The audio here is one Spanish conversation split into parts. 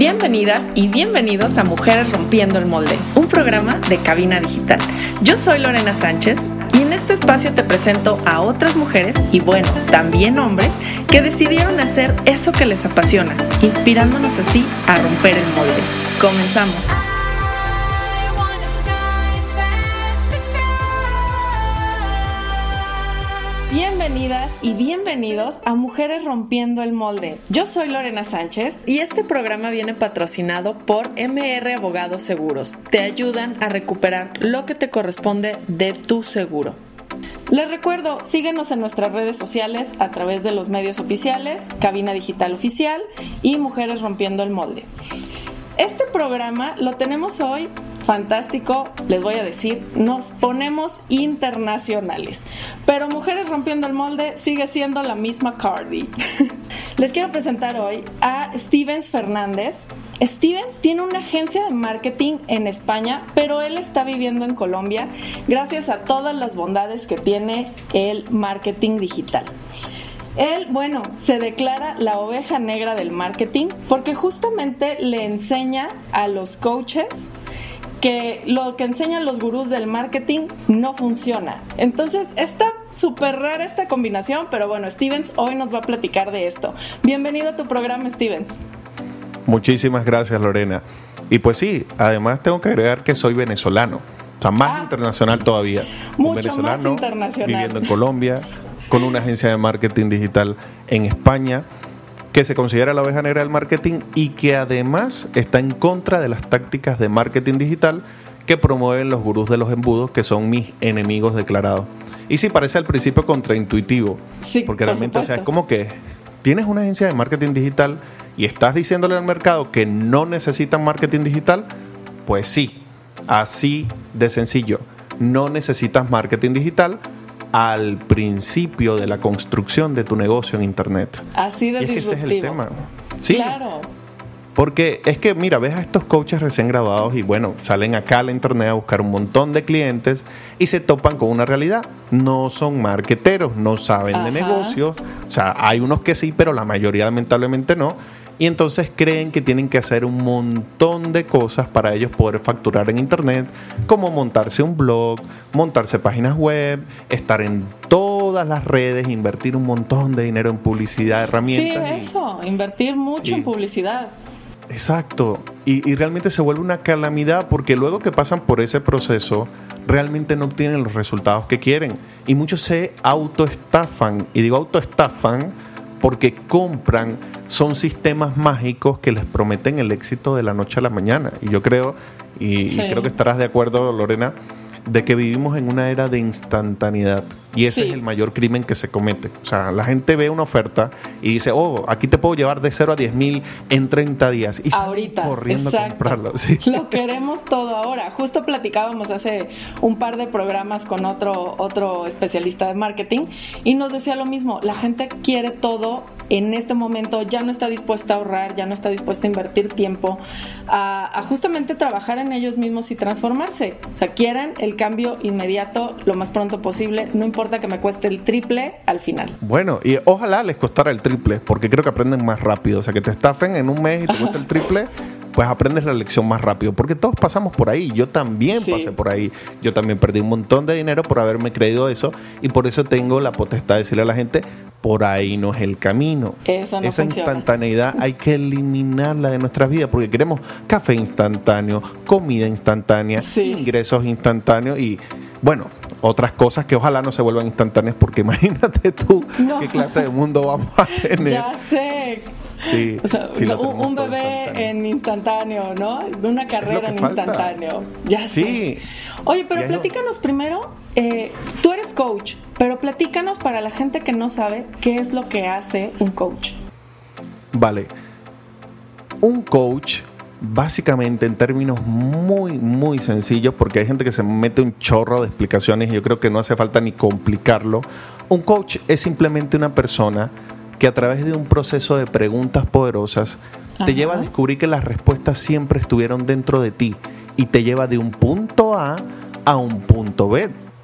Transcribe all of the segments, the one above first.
Bienvenidas y bienvenidos a Mujeres Rompiendo el Molde, un programa de Cabina Digital. Yo soy Lorena Sánchez y en este espacio te presento a otras mujeres y bueno, también hombres que decidieron hacer eso que les apasiona, inspirándonos así a romper el molde. Comenzamos. Bienvenidas y bienvenidos a Mujeres Rompiendo el Molde. Yo soy Lorena Sánchez y este programa viene patrocinado por MR Abogados Seguros. Te ayudan a recuperar lo que te corresponde de tu seguro. Les recuerdo, síguenos en nuestras redes sociales a través de los medios oficiales, Cabina Digital Oficial y Mujeres Rompiendo el Molde. Este programa lo tenemos hoy fantástico, les voy a decir, nos ponemos internacionales, pero Mujeres Rompiendo el Molde sigue siendo la misma Cardi. Les quiero presentar hoy a Stevens Fernández. Stevens tiene una agencia de marketing en España, pero él está viviendo en Colombia gracias a todas las bondades que tiene el marketing digital. Él, se declara la oveja negra del marketing porque justamente le enseña a los coaches que lo que enseñan los gurús del marketing no funciona. Entonces está súper rara esta combinación, pero bueno, Stevens hoy nos va a platicar de esto. Bienvenido a tu programa, Stevens. Muchísimas gracias, Lorena. Y pues sí, además tengo que agregar que soy venezolano, o sea, más internacional todavía. Mucho venezolano, más internacional. Viviendo en Colombia, con una agencia de marketing digital en España, que se considera la oveja negra del marketing y que además está en contra de las tácticas de marketing digital que promueven los gurús de los embudos, que son mis enemigos declarados. Y sí, parece al principio contraintuitivo, sí, porque realmente, o sea, es como que tienes una agencia de marketing digital y estás diciéndole al mercado que no necesitan marketing digital. Pues sí, así de sencillo, no necesitas marketing digital al principio de la construcción de tu negocio en internet. Así de disruptivo. Ese es el tema. Sí, claro. Porque es que, mira, ves a estos coaches recién graduados y bueno, salen acá a la internet a buscar un montón de clientes y se topan con una realidad. No son marketeros, no saben de negocios. O sea, hay unos que sí, pero la mayoría lamentablemente no. Y entonces creen que tienen que hacer un montón de cosas para ellos poder facturar en internet, como montarse un blog, montarse páginas web, estar en todas las redes, invertir un montón de dinero en publicidad, herramientas. Sí, invertir mucho en publicidad. Exacto. Y realmente se vuelve una calamidad porque luego que pasan por ese proceso, realmente no obtienen los resultados que quieren. Y muchos se autoestafan. Y digo autoestafan porque compran, son sistemas mágicos que les prometen el éxito de la noche a la mañana. Y yo creo, y creo que estarás de acuerdo, Lorena, de que vivimos en una era de instantaneidad. Y ese es el mayor crimen que se comete. O sea, la gente ve una oferta y dice, aquí te puedo llevar de 0 a 10,000 en 30 días. Y ahorita, corriendo a comprarlo. Sí. Lo queremos todo ahora. Justo platicábamos hace un par de programas con otro especialista de marketing y nos decía lo mismo. La gente quiere todo en este momento, ya no está dispuesta a ahorrar, ya no está dispuesta a invertir tiempo a justamente trabajar en ellos mismos y transformarse. O sea, quieren el cambio inmediato lo más pronto posible, no importa que me cueste el triple al final. Bueno, y ojalá les costara el triple, porque creo que aprenden más rápido. O sea, que te estafen en un mes y te cuesta el triple, pues aprendes la lección más rápido. Porque todos pasamos por ahí. Yo también pasé por ahí. Yo también perdí un montón de dinero por haberme creído eso. Y por eso tengo la potestad de decirle a la gente, por ahí no es el camino. Eso no Esa funciona. Instantaneidad hay que eliminarla de nuestras vidas porque queremos café instantáneo, comida instantánea, ingresos instantáneos y, bueno, otras cosas que ojalá no se vuelvan instantáneas porque imagínate tú qué clase de mundo vamos a tener. Ya sé. Sí, o sea, un bebé en instantáneo, ¿no? Una carrera en instantáneo. Ya sé. Oye, pero platícanos primero, tú eres coach, pero platícanos para la gente que no sabe qué es lo que hace un coach. Vale. Un coach, básicamente en términos muy, muy sencillos, porque hay gente que se mete un chorro de explicaciones y yo creo que no hace falta ni complicarlo. Un coach es simplemente una persona que a través de un proceso de preguntas poderosas te lleva a descubrir que las respuestas siempre estuvieron dentro de ti y te lleva de un punto A un punto B.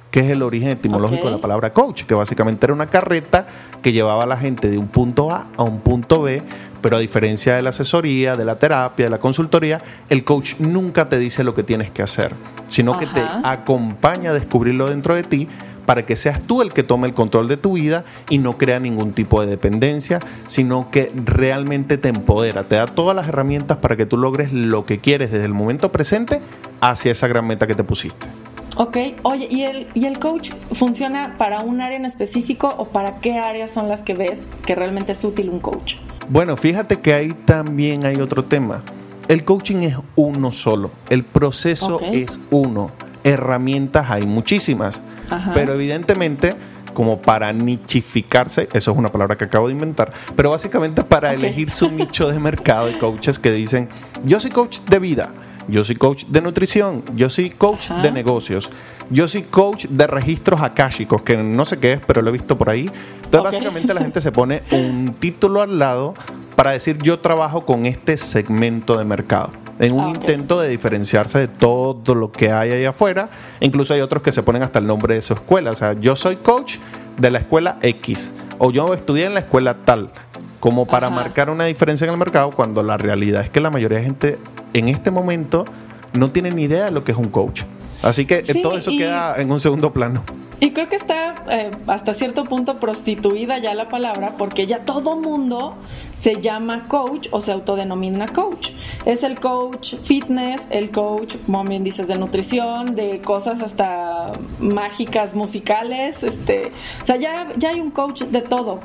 que es el origen etimológico de la palabra coach, que básicamente era una carreta que llevaba a la gente de un punto A a un punto B, pero a diferencia de la asesoría, de la terapia, de la consultoría, el coach nunca te dice lo que tienes que hacer, sino que te acompaña a descubrirlo dentro de ti para que seas tú el que tome el control de tu vida y no crea ningún tipo de dependencia, sino que realmente te empodera, te da todas las herramientas para que tú logres lo que quieres desde el momento presente hacia esa gran meta que te pusiste. Ok, oye, ¿y el coach funciona para un área en específico o para qué áreas son las que ves que realmente es útil un coach? Bueno, fíjate que ahí también hay otro tema. El coaching es uno solo, el proceso es uno, herramientas hay muchísimas, pero evidentemente, como para nichificarse, eso es una palabra que acabo de inventar, pero básicamente para elegir su nicho de mercado de coaches que dicen, yo soy coach de vida, yo soy coach de nutrición, yo soy coach de negocios, yo soy coach de registros akáshicos, que no sé qué es, pero lo he visto por ahí. Entonces básicamente la gente se pone un título al lado para decir yo trabajo con este segmento de mercado, en un intento de diferenciarse de todo lo que hay ahí afuera. Incluso hay otros que se ponen hasta el nombre de su escuela, o sea, yo soy coach de la escuela X, o yo estudié en la escuela tal, como para marcar una diferencia en el mercado, cuando la realidad es que la mayoría de gente en este momento no tiene ni idea de lo que es un coach. Así que todo eso queda en un segundo plano. Y creo que está hasta cierto punto prostituida ya la palabra, porque ya todo mundo se llama coach o se autodenomina coach. Es el coach fitness, el coach, como bien dices, de nutrición, de cosas hasta mágicas musicales, o sea, ya hay un coach de todo.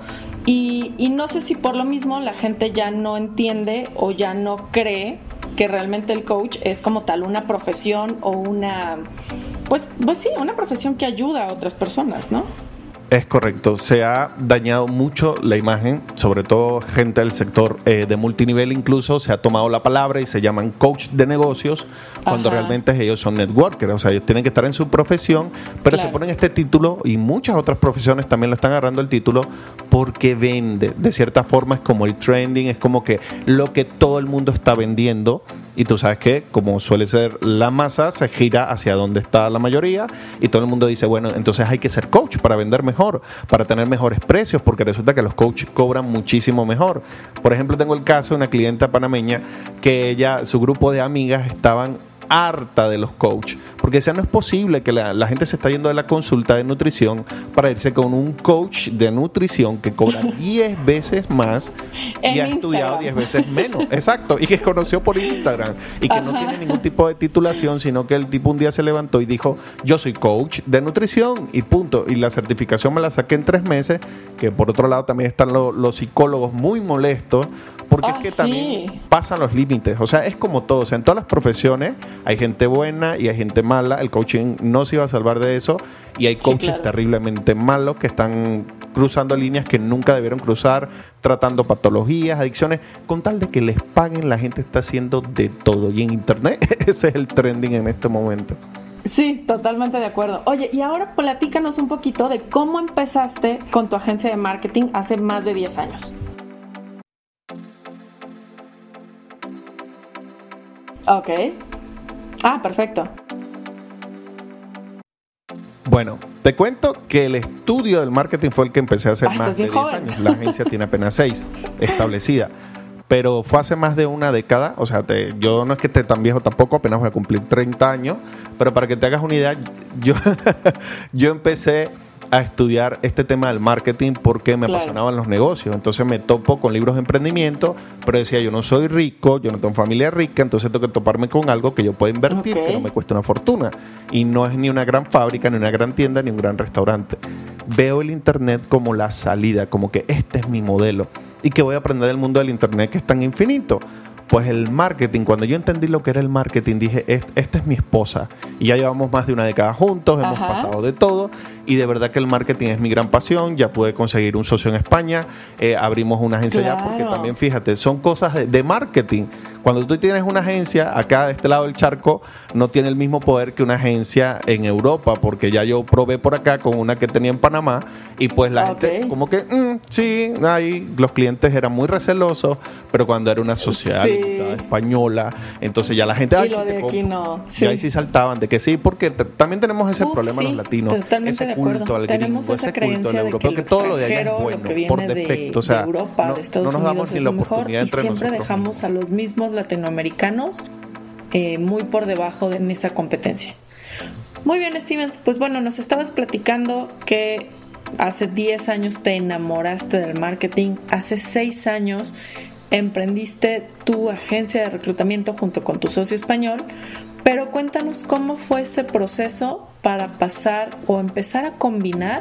Y no sé si por lo mismo la gente ya no entiende o ya no cree que realmente el coach es como tal una profesión o una... Pues sí, una profesión que ayuda a otras personas, ¿no? Es correcto, se ha dañado mucho la imagen, sobre todo gente del sector de multinivel, incluso se ha tomado la palabra y se llaman coach de negocios, cuando realmente ellos son networkers, o sea, ellos tienen que estar en su profesión, pero se ponen este título, y muchas otras profesiones también lo están agarrando el título, porque vende, de cierta forma es como el trending, es como que lo que todo el mundo está vendiendo. Y tú sabes que, como suele ser la masa, se gira hacia donde está la mayoría y todo el mundo dice, bueno, entonces hay que ser coach para vender mejor, para tener mejores precios, porque resulta que los coaches cobran muchísimo mejor. Por ejemplo, tengo el caso de una clienta panameña que su grupo de amigas estaban harta de los coaches, porque decía, no es posible que la gente se está yendo de la consulta de nutrición para irse con un coach de nutrición que cobra 10 veces más y ha estudiado 10 veces menos, exacto, y que conoció por Instagram y que no tiene ningún tipo de titulación, sino que el tipo un día se levantó y dijo, yo soy coach de nutrición y punto, y la certificación me la saqué en 3 meses, que por otro lado también están los psicólogos muy molestos, porque es que también pasan los límites, o sea, es como todo, o sea, en todas las profesiones hay gente buena y hay gente mala, el coaching no se iba a salvar de eso, y hay coaches terriblemente malos que están cruzando líneas que nunca debieron cruzar, tratando patologías, adicciones, con tal de que les paguen. La gente está haciendo de todo, y en internet ese es el trending en este momento. Sí, totalmente de acuerdo. Oye, y ahora platícanos un poquito de cómo empezaste con tu agencia de marketing hace más de 10 años. Ok. Perfecto. Bueno, te cuento que el estudio del marketing fue el que empecé hace más de 10 años. La agencia tiene apenas 6 establecida, pero fue hace más de una década. O sea, yo no es que esté tan viejo tampoco, apenas voy a cumplir 30 años, pero para que te hagas una idea, yo empecé a estudiar este tema del marketing porque me apasionaban los negocios. Entonces me topo con libros de emprendimiento, pero decía, yo no soy rico, yo no tengo familia rica, entonces tengo que toparme con algo que yo pueda invertir, que no me cueste una fortuna. Y no es ni una gran fábrica, ni una gran tienda, ni un gran restaurante. Veo el internet como la salida, como que este es mi modelo y que voy a aprender del mundo del internet, que es tan infinito. Pues el marketing, cuando yo entendí lo que era el marketing, dije, esta es mi esposa. Y ya llevamos más de una década juntos, hemos pasado de todo. Y de verdad que el marketing es mi gran pasión. Ya pude conseguir un socio en España. Abrimos una agencia ya, porque también, fíjate, son cosas de marketing. Cuando tú tienes una agencia acá de este lado del charco, no tiene el mismo poder que una agencia en Europa, porque ya yo probé por acá con una que tenía en Panamá y pues la gente como que, sí, ahí los clientes eran muy recelosos, pero cuando era una sociedad limitada española, entonces ya la gente... Y lo de aquí no. Sí. Y ahí sí saltaban de que sí, porque también tenemos ese problema los latinos. Totalmente ese de acuerdo. culto al Tenemos gringo, esa ese culto al creencia europeo, de que todo lo de allá es lo bueno, que viene por defecto. O sea, de Europa, de Estados no nos damos Unidos ni es la lo mejor, oportunidad y entre siempre nosotros dejamos mismos. a los mismos latinoamericanos muy por debajo en esa competencia. Muy bien, Stevens. Pues bueno, nos estabas platicando que hace 10 años te enamoraste del marketing, hace 6 años emprendiste tu agencia de reclutamiento junto con tu socio español, pero cuéntanos cómo fue ese proceso para pasar o empezar a combinar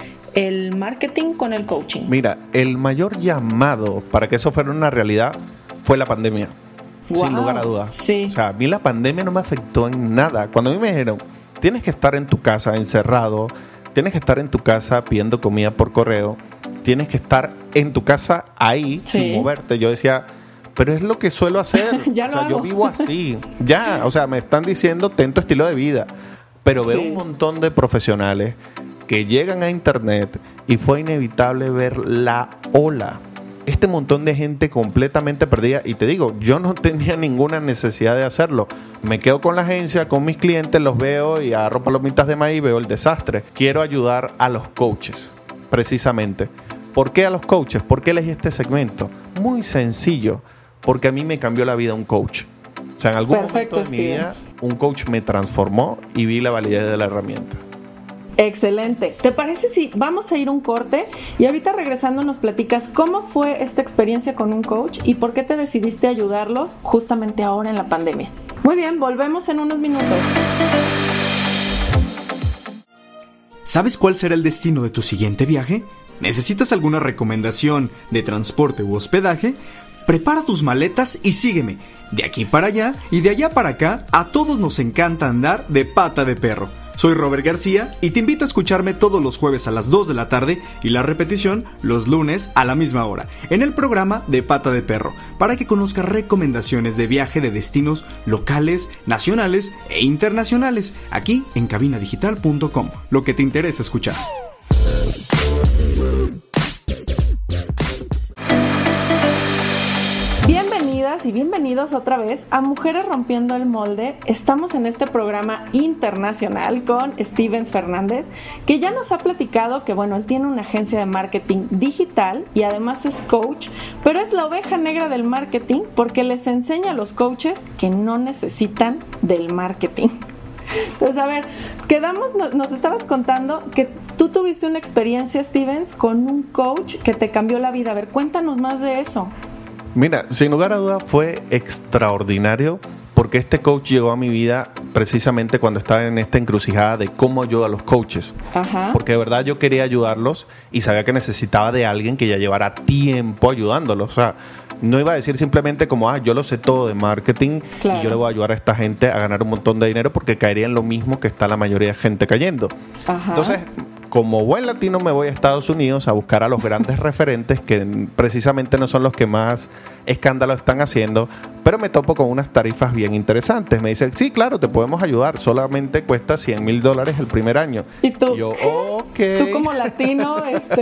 el marketing con el coaching. Mira, el mayor llamado para que eso fuera una realidad fue la pandemia. Wow, sin lugar a dudas. Sí. O sea, a mí la pandemia no me afectó en nada. Cuando a mí me dijeron, tienes que estar en tu casa encerrado, tienes que estar en tu casa pidiendo comida por correo, tienes que estar en tu casa ahí sin moverte, yo decía, pero es lo que suelo hacer. Ya lo hago. Yo vivo así. Ya, o sea, me están diciendo, ten tu estilo de vida. Pero veo un montón de profesionales que llegan a internet y fue inevitable ver la ola. Este montón de gente completamente perdida. Y te digo, yo no tenía ninguna necesidad de hacerlo. Me quedo con la agencia, con mis clientes, los veo y agarro palomitas de maíz y veo el desastre. Quiero ayudar a los coaches, precisamente. ¿Por qué a los coaches? ¿Por qué elegí este segmento? Muy sencillo, porque a mí me cambió la vida un coach. O sea, en algún momento de mi vida, un coach me transformó y vi la validez de la herramienta. Excelente. ¿Te parece si vamos a ir un corte y ahorita regresando nos platicas cómo fue esta experiencia con un coach y por qué te decidiste ayudarlos justamente ahora en la pandemia? Muy bien, volvemos en unos minutos. ¿Sabes cuál será el destino de tu siguiente viaje? ¿Necesitas alguna recomendación de transporte u hospedaje? Prepara tus maletas y sígueme. De aquí para allá y de allá para acá, a todos nos encanta andar de pata de perro. Soy Robert García y te invito a escucharme todos los jueves a las 2 de la tarde y la repetición los lunes a la misma hora, en el programa de Pata de Perro, para que conozcas recomendaciones de viaje de destinos locales, nacionales e internacionales, aquí en cabinadigital.com, lo que te interesa escuchar. Y bienvenidos otra vez a Mujeres Rompiendo el Molde. Estamos en este programa internacional con Stevens Fernández, que ya nos ha platicado que, bueno, él tiene una agencia de marketing digital y además es coach, pero es la oveja negra del marketing porque les enseña a los coaches que no necesitan del marketing. Entonces, a ver, nos estabas contando que tú tuviste una experiencia, Stevens, con un coach que te cambió la vida. A ver, cuéntanos más de eso. Mira, sin lugar a dudas fue extraordinario porque este coach llegó a mi vida precisamente cuando estaba en esta encrucijada de cómo ayudo a los coaches. Ajá. Porque de verdad yo quería ayudarlos y sabía que necesitaba de alguien que ya llevara tiempo ayudándolos. O sea, no iba a decir simplemente como, yo lo sé todo de marketing, claro, y yo le voy a ayudar a esta gente a ganar un montón de dinero porque caería en lo mismo que está la mayoría de gente cayendo. Ajá. Entonces, como buen latino me voy a Estados Unidos a buscar a los grandes referentes que precisamente no son los que más escándalo están haciendo, pero me topo con unas tarifas bien interesantes. Me dicen, sí, claro, te podemos ayudar, solamente cuesta $100,000 el primer año. Y tú, yo, ok. Tú como latino,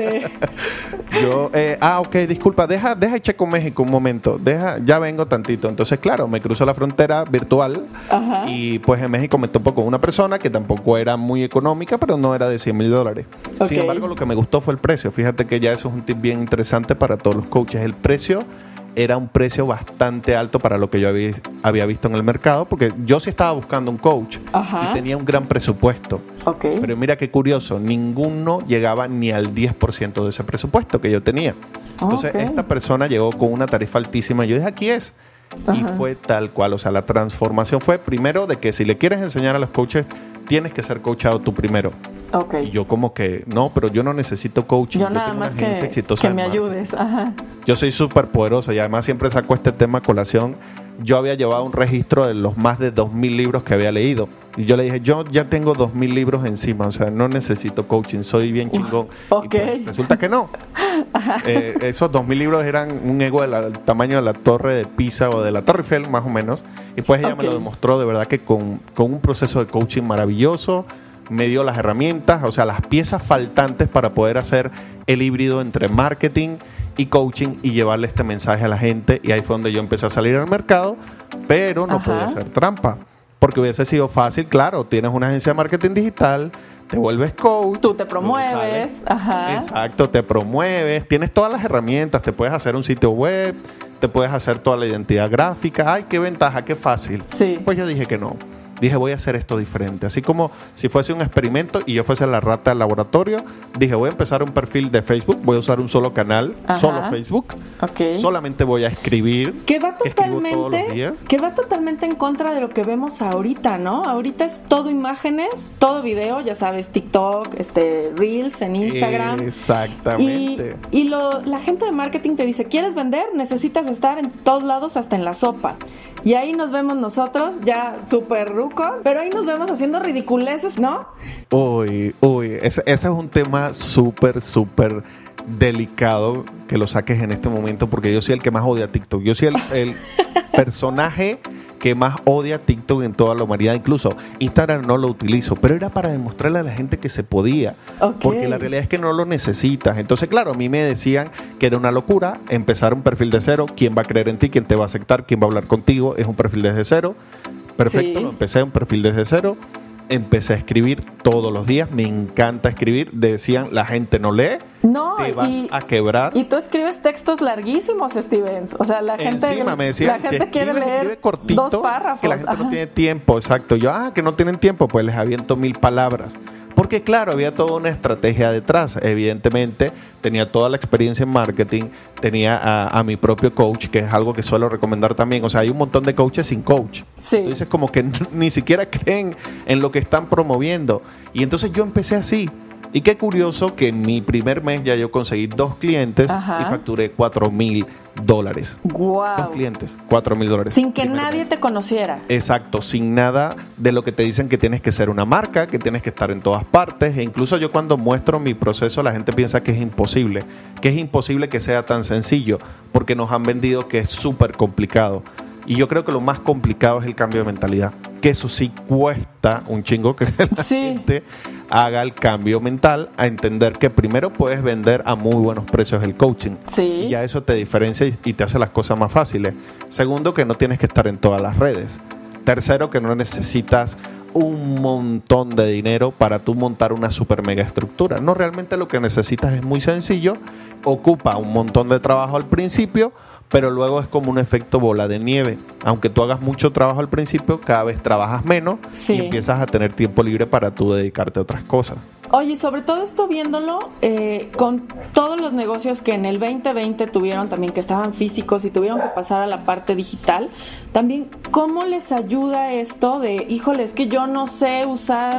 Yo, ok, disculpa, deja y checo México un momento, ya vengo tantito. Entonces, claro, me cruzo la frontera virtual. Ajá. Y pues en México me topo con una persona que tampoco era muy económica, pero no era de $100,000. Okay. Sin embargo, lo que me gustó fue el precio. Fíjate que ya eso es un tip bien interesante para todos los coaches. El precio era un precio bastante alto para lo que yo había visto en el mercado, porque yo sí estaba buscando un coach. Ajá. Y tenía un gran presupuesto. Okay. Pero mira qué curioso, ninguno llegaba ni al 10% de ese presupuesto que yo tenía. Entonces, esta persona llegó con una tarifa altísima y yo dije, aquí es. Ajá. Y fue tal cual, o sea, la transformación fue primero de que si le quieres enseñar a los coaches, tienes que ser coachado tú primero. Okay. Y yo como que, no, pero yo no necesito coaching. Yo nada más que me ayudes. Ajá. Yo soy súper poderoso y además siempre saco este tema a colación. Yo había llevado un registro de los más de 2,000 libros que había leído. Y yo le dije, yo ya tengo 2,000 libros encima, o sea, no necesito coaching, soy bien chingón. Okay. Y pues, resulta que no. Esos 2.000 libros eran un ego del tamaño de la Torre de Pisa o de la Torre Eiffel, más o menos. Y pues ella me lo demostró de verdad que con un proceso de coaching maravilloso, me dio las herramientas, o sea, las piezas faltantes para poder hacer el híbrido entre marketing y coaching y llevarle este mensaje a la gente. Y ahí fue donde yo empecé a salir al mercado, pero no podía hacer trampa, porque hubiese sido fácil. Claro, tienes una agencia de marketing digital, te vuelves coach, tú te promueves, exacto, te promueves, tienes todas las herramientas, te puedes hacer un sitio web, te puedes hacer toda la identidad gráfica. Ay, qué ventaja, qué fácil. Sí. Pues yo dije que no. Dije, voy a hacer esto diferente. Así como si fuese un experimento y yo fuese la rata del laboratorio, dije, voy a empezar un perfil de Facebook, voy a usar un solo canal, solo Facebook. Solamente voy a escribir. Que va totalmente en contra de lo que vemos ahorita, ¿no? Ahorita es todo imágenes, todo video, ya sabes, TikTok, Reels en Instagram. Exactamente. Y la gente de marketing te dice, ¿quieres vender? Necesitas estar en todos lados, hasta en la sopa. Y ahí nos vemos nosotros, ya súper rucos, pero ahí nos vemos haciendo ridiculeces, ¿no? Uy, ese es un tema súper delicado que lo saques en este momento, porque yo soy el que más odia TikTok. Yo soy el personaje que más odia TikTok en toda la humanidad. Incluso Instagram no lo utilizo, pero era para demostrarle a la gente que se podía, porque la realidad es que no lo necesitas. Entonces, claro, a mí me decían que era una locura empezar un perfil de cero. ¿Quién va a creer en ti? ¿Quién te va a aceptar? ¿Quién va a hablar contigo? Es un perfil desde cero. Perfecto, lo empecé un perfil desde cero. Empecé a escribir todos los días. Me encanta escribir. Decían, la gente no lee. No, te vas a quebrar. Y tú escribes textos larguísimos, Stevens. O sea, la gente, encima me decían, la gente quiere leer cortito, 2 párrafos. Que la gente no tiene tiempo, exacto. Yo, que no tienen tiempo, pues les aviento 1,000 palabras. Porque claro, había toda una estrategia detrás. Evidentemente, tenía toda la experiencia en marketing, tenía a mi propio coach, que es algo que suelo recomendar también. O sea, hay un montón de coaches sin coach. Sí. Entonces, como que ni siquiera creen en lo que están promoviendo. Y entonces yo empecé así. Y qué curioso que en mi primer mes ya yo conseguí 2 clientes y facturé $4,000. Wow. 2 clientes, $4,000. Sin que nadie te conociera. Exacto, sin nada de lo que te dicen que tienes que ser una marca, que tienes que estar en todas partes. E incluso yo cuando muestro mi proceso, la gente piensa que es imposible que sea tan sencillo, porque nos han vendido que es súper complicado. Y yo creo que lo más complicado es el cambio de mentalidad. Que eso sí cuesta un chingo, que la gente haga el cambio mental a entender que primero puedes vender a muy buenos precios el coaching. Y ya eso te diferencia y te hace las cosas más fáciles. Segundo, que no tienes que estar en todas las redes. Tercero, que no necesitas un montón de dinero para tú montar una super mega estructura. No, realmente lo que necesitas es muy sencillo. Ocupa un montón de trabajo al principio, pero luego es como un efecto bola de nieve. Aunque tú hagas mucho trabajo al principio, cada vez trabajas menos y empiezas a tener tiempo libre para tú dedicarte a otras cosas. Oye, sobre todo esto viéndolo con todos los negocios que en el 2020 tuvieron también, que estaban físicos y tuvieron que pasar a la parte digital, también, ¿cómo les ayuda esto de, híjole, es que yo no sé usar...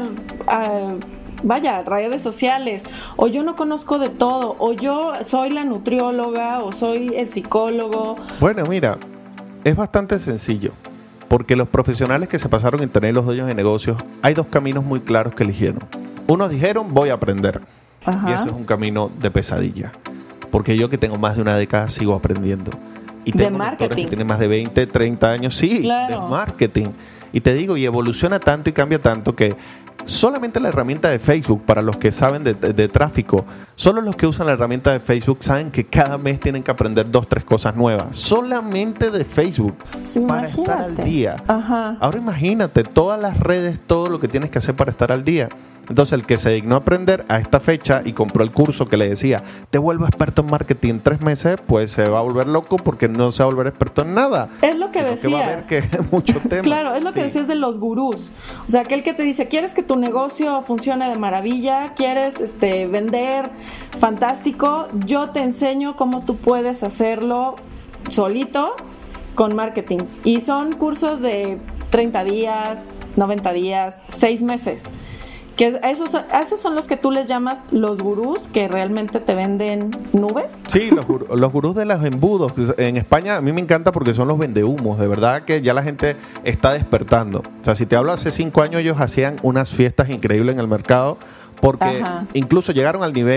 redes sociales, o yo no conozco de todo, o yo soy la nutrióloga, o soy el psicólogo? Bueno, mira, es bastante sencillo, porque los profesionales que se pasaron en tener los dueños de negocios, hay 2 caminos muy claros que eligieron. Unos dijeron, voy a aprender, y eso es un camino de pesadilla, porque yo que tengo más de una década sigo aprendiendo. Y tengo mentores que tienen más de 20, 30 años, de marketing. Y te digo, y evoluciona tanto y cambia tanto que solamente la herramienta de Facebook, para los que saben de tráfico, solo los que usan la herramienta de Facebook saben que cada mes tienen que aprender 2, 3 cosas nuevas, solamente de Facebook, para estar al día. Ahora imagínate todas las redes, todo lo que tienes que hacer para estar al día. Entonces el que se dignó a aprender a esta fecha y compró el curso que le decía, te vuelvo experto en marketing en 3 meses, pues se va a volver loco, porque no se va a volver experto en nada. Es lo que decías. Que va a ver que es mucho tema. Claro, es lo que decías de los gurús. O sea, aquel que te dice, ¿quieres que tu negocio funcione de maravilla? ¿Quieres vender fantástico? Yo te enseño cómo tú puedes hacerlo solito con marketing. Y son cursos de 30 días, 90 días, 6 meses. Que esos son los que tú les llamas los gurús, que realmente te venden nubes. Sí, los gurús de los embudos. En España a mí me encanta porque son los vendehumos. De verdad que ya la gente está despertando. O sea, si te hablo hace 5 años, ellos hacían unas fiestas increíbles en el mercado, porque incluso llegaron al nivel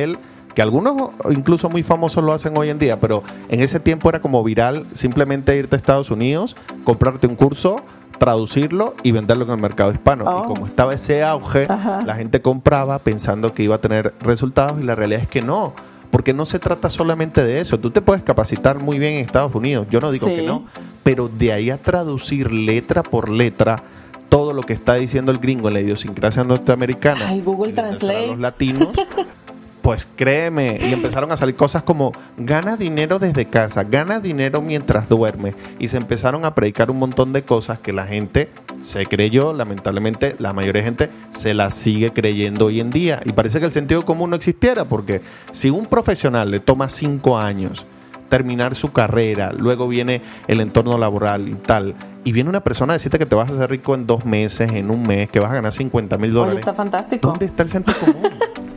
que algunos incluso muy famosos lo hacen hoy en día, pero en ese tiempo era como viral simplemente irte a Estados Unidos, comprarte un curso, traducirlo y venderlo en el mercado hispano. Y como estaba ese auge, la gente compraba pensando que iba a tener resultados y la realidad es que no. Porque no se trata solamente de eso. Tú te puedes capacitar muy bien en Estados Unidos, yo no digo que no, pero de ahí a traducir letra por letra todo lo que está diciendo el gringo en la idiosincrasia norteamericana, Google Translate, a los latinos, pues créeme, y empezaron a salir cosas como gana dinero desde casa, gana dinero mientras duerme, y se empezaron a predicar un montón de cosas que la gente se creyó. Lamentablemente la mayoría de gente se las sigue creyendo hoy en día, y parece que el sentido común no existiera, porque si un profesional le toma 5 años terminar su carrera, luego viene el entorno laboral y tal, y viene una persona a decirte que te vas a hacer rico en 2 meses, en un mes, que vas a ganar $50,000. Oye, está fantástico. ¿Dónde está el sentido común?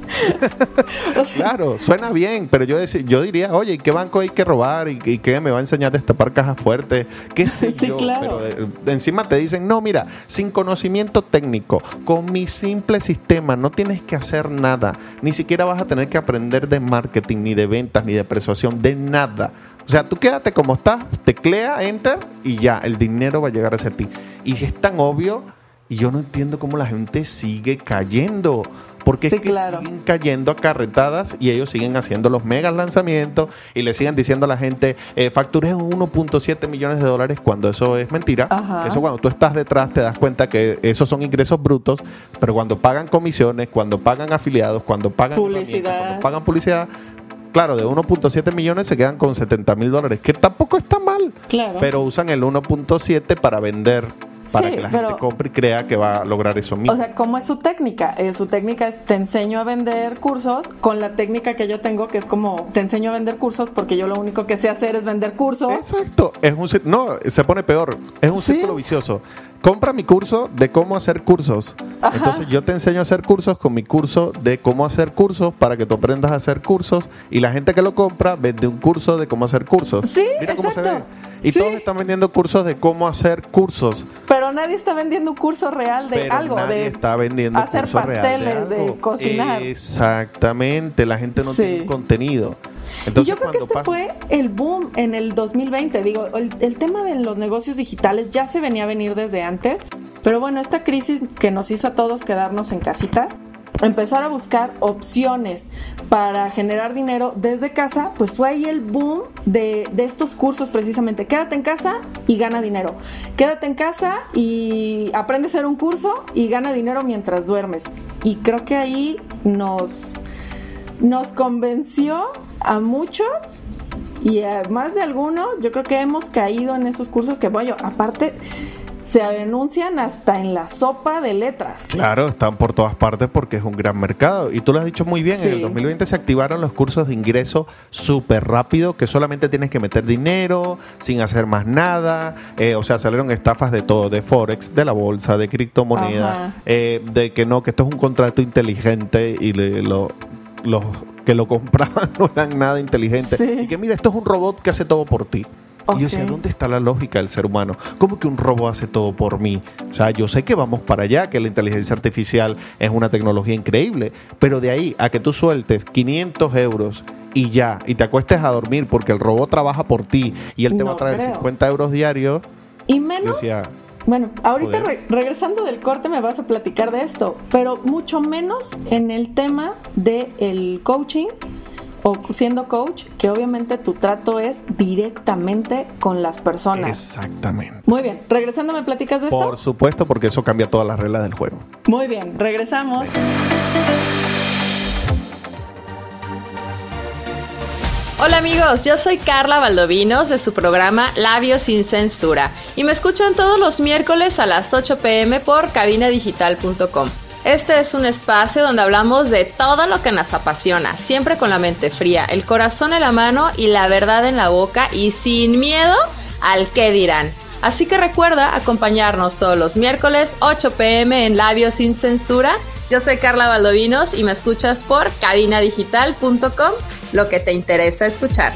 Claro, suena bien, pero yo diría, oye, ¿y qué banco hay que robar? ¿Y qué me va a enseñar a destapar cajas fuertes? ¿Qué sé yo? Claro. Pero encima te dicen, no, mira, sin conocimiento técnico, con mi simple sistema, no tienes que hacer nada. Ni siquiera vas a tener que aprender de marketing, ni de ventas, ni de persuasión, de nada. O sea, tú quédate como estás, teclea, enter, y ya, el dinero va a llegar hacia ti. Y si es tan obvio, y yo no entiendo cómo la gente sigue cayendo. Porque es que siguen cayendo a carretadas y ellos siguen haciendo los mega lanzamientos y le siguen diciendo a la gente, facturé $1.7 millones cuando eso es mentira. Eso cuando tú estás detrás te das cuenta que esos son ingresos brutos, pero cuando pagan comisiones, cuando pagan afiliados, cuando pagan publicidad, claro, de 1.7 millones se quedan con $70,000, que tampoco está mal, pero usan el 1.7 para vender, para que la gente compre y crea que va a lograr eso mismo. O sea, ¿cómo es su técnica? Su técnica es, te enseño a vender cursos con la técnica que yo tengo, que es como, te enseño a vender cursos porque yo lo único que sé hacer es vender cursos. Exacto. No, se pone peor. Es un círculo vicioso. Compra mi curso de cómo hacer cursos. Entonces yo te enseño a hacer cursos con mi curso de cómo hacer cursos para que tú aprendas a hacer cursos, y la gente que lo compra vende un curso de cómo hacer cursos. Sí, mira cómo exacto. se ve. Y todos están vendiendo cursos de cómo hacer cursos. Pero nadie está vendiendo un curso real de algo. Nadie está vendiendo hacer curso pasteles, real de cocinar. Exactamente. La gente no tiene un contenido. Entonces, y yo creo que fue el boom en el 2020. Digo, el tema de los negocios digitales ya se venía a venir desde antes. Pero bueno, esta crisis que nos hizo a todos quedarnos en casita, empezar a buscar opciones para generar dinero desde casa, pues fue ahí el boom de estos cursos precisamente. Quédate en casa y gana dinero. Quédate en casa y aprende a hacer un curso y gana dinero mientras duermes. Y creo que ahí nos convenció a muchos, y a más de alguno, yo creo que hemos caído en esos cursos que, bueno, aparte se anuncian hasta en la sopa de letras. Claro, están por todas partes porque es un gran mercado. Y tú lo has dicho muy bien, en el 2020 se activaron los cursos de ingreso súper rápido, que solamente tienes que meter dinero sin hacer más nada. O sea, salieron estafas de todo, de Forex, de la bolsa, de criptomoneda, de que no, que esto es un contrato inteligente, y los que lo compraban no eran nada inteligentes. Y que mira, esto es un robot que hace todo por ti. Y yo decía, ¿dónde está la lógica del ser humano? ¿Cómo que un robot hace todo por mí? O sea, yo sé que vamos para allá, que la inteligencia artificial es una tecnología increíble, pero de ahí a que tú sueltes 500 euros y ya, y te acuestes a dormir porque el robot trabaja por ti y él te va a traer 50 euros diarios. Y menos... Bueno, ahorita regresando del corte me vas a platicar de esto, pero mucho menos en el tema del coaching o siendo coach, que obviamente tu trato es directamente con las personas. Exactamente. Muy bien, regresando, ¿me platicas de esto? Por supuesto, porque eso cambia todas las reglas del juego. Muy bien, regresamos. Hola amigos, yo soy Carla Valdovinos de su programa Labios sin Censura y me escuchan todos los miércoles a las 8 p.m. por cabinadigital.com. Este es un espacio donde hablamos de todo lo que nos apasiona, siempre con la mente fría, el corazón en la mano y la verdad en la boca y sin miedo al qué dirán. Así que recuerda acompañarnos todos los miércoles 8 p.m. en Labios sin Censura. Yo soy Carla Valdovinos y me escuchas por cabinadigital.com, lo que te interesa escuchar.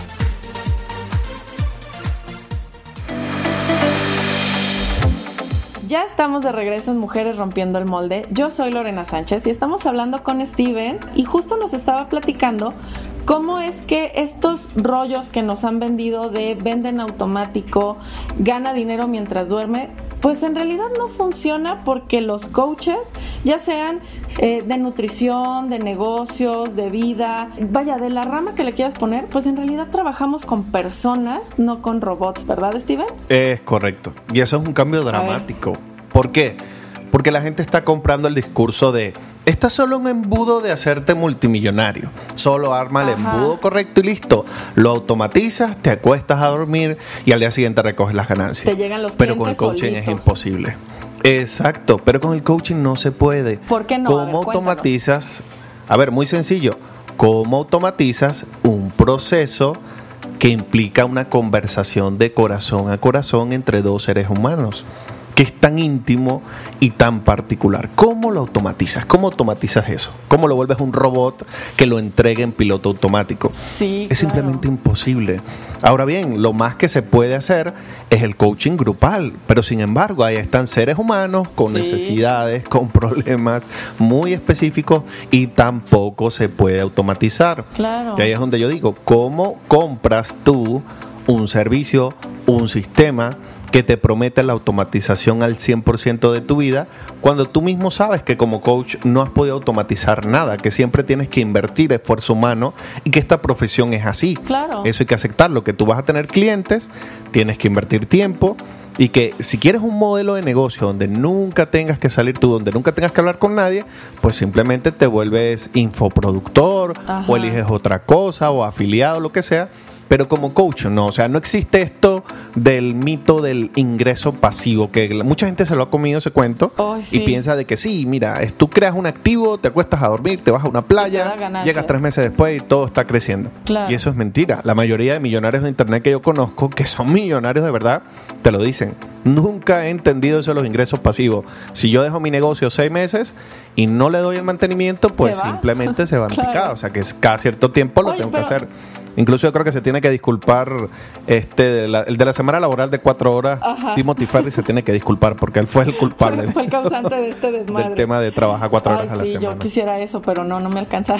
Ya estamos de regreso en Mujeres Rompiendo el Molde. Yo soy Lorena Sánchez y estamos hablando con Steven y justo nos estaba platicando cómo es que estos rollos que nos han vendido de vende en automático, gana dinero mientras duerme, pues en realidad no funciona porque los coaches, ya sean de nutrición, de negocios, de vida, vaya, de la rama que le quieras poner, pues en realidad trabajamos con personas, no con robots, ¿verdad, Steven? Es correcto. Y eso es un cambio dramático. ¿Por qué? Porque la gente está comprando el discurso de está solo un embudo de hacerte multimillonario. Solo arma el embudo correcto y listo. Lo automatizas, te acuestas a dormir y al día siguiente recoges las ganancias. Te llegan los Pero con el coaching solitos. es imposible. Exacto, pero con el coaching no se puede. ¿Por qué no? ¿Cómo automatizas? A ver, muy sencillo. ¿Cómo automatizas un proceso que implica una conversación de corazón a corazón entre dos seres humanos? Que es tan íntimo y tan particular. ¿Cómo lo automatizas? ¿Cómo automatizas eso? ¿Cómo lo vuelves un robot que lo entregue en piloto automático? Sí, es simplemente imposible. Ahora bien, lo más que se puede hacer es el coaching grupal, pero sin embargo ahí están seres humanos con necesidades, con problemas muy específicos y tampoco se puede automatizar. Claro. Y ahí es donde yo digo, ¿cómo compras tú un servicio, un sistema que te promete la automatización al 100% de tu vida, cuando tú mismo sabes que como coach no has podido automatizar nada, que siempre tienes que invertir esfuerzo humano y que esta profesión es así? Claro. Eso hay que aceptarlo, que tú vas a tener clientes, tienes que invertir tiempo y que si quieres un modelo de negocio donde nunca tengas que salir tú, donde nunca tengas que hablar con nadie, pues simplemente te vuelves infoproductor o eliges otra cosa o afiliado, lo que sea. Pero como coach no, o sea, no existe esto del mito del ingreso pasivo, que mucha gente se lo ha comido ese cuento y piensa de que sí, mira, tú creas un activo, te acuestas a dormir, te vas a una playa, llegas 3 meses después y todo está creciendo. Claro. Y eso es mentira. La mayoría de millonarios de internet que yo conozco, que son millonarios de verdad, te lo dicen. Nunca he entendido eso de los ingresos pasivos. Si yo dejo mi negocio 6 meses y no le doy el mantenimiento, pues simplemente se va en picada. O sea, que cada cierto tiempo lo tengo que hacer. Incluso yo creo que se tiene que disculpar el de la semana laboral de 4 horas. Timothy Ferry se tiene que disculpar porque él fue el culpable. Fue el causante de este desmadre. Del tema de trabajar 4 horas a la semana. Yo quisiera eso, pero no me alcanza.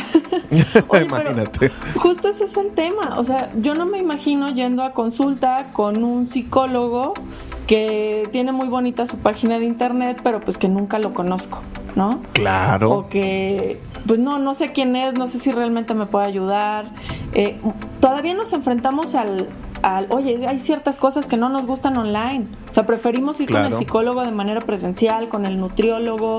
Imagínate. Justo ese es el tema. O sea, yo no me imagino yendo a consulta con un psicólogo que tiene muy bonita su página de internet, pero pues que nunca lo conozco, ¿no? Claro. O que pues no sé quién es, no sé si realmente me puede ayudar. Todavía nos enfrentamos al oye, hay ciertas cosas que no nos gustan online. O sea, preferimos ir con el psicólogo de manera presencial, con el nutriólogo,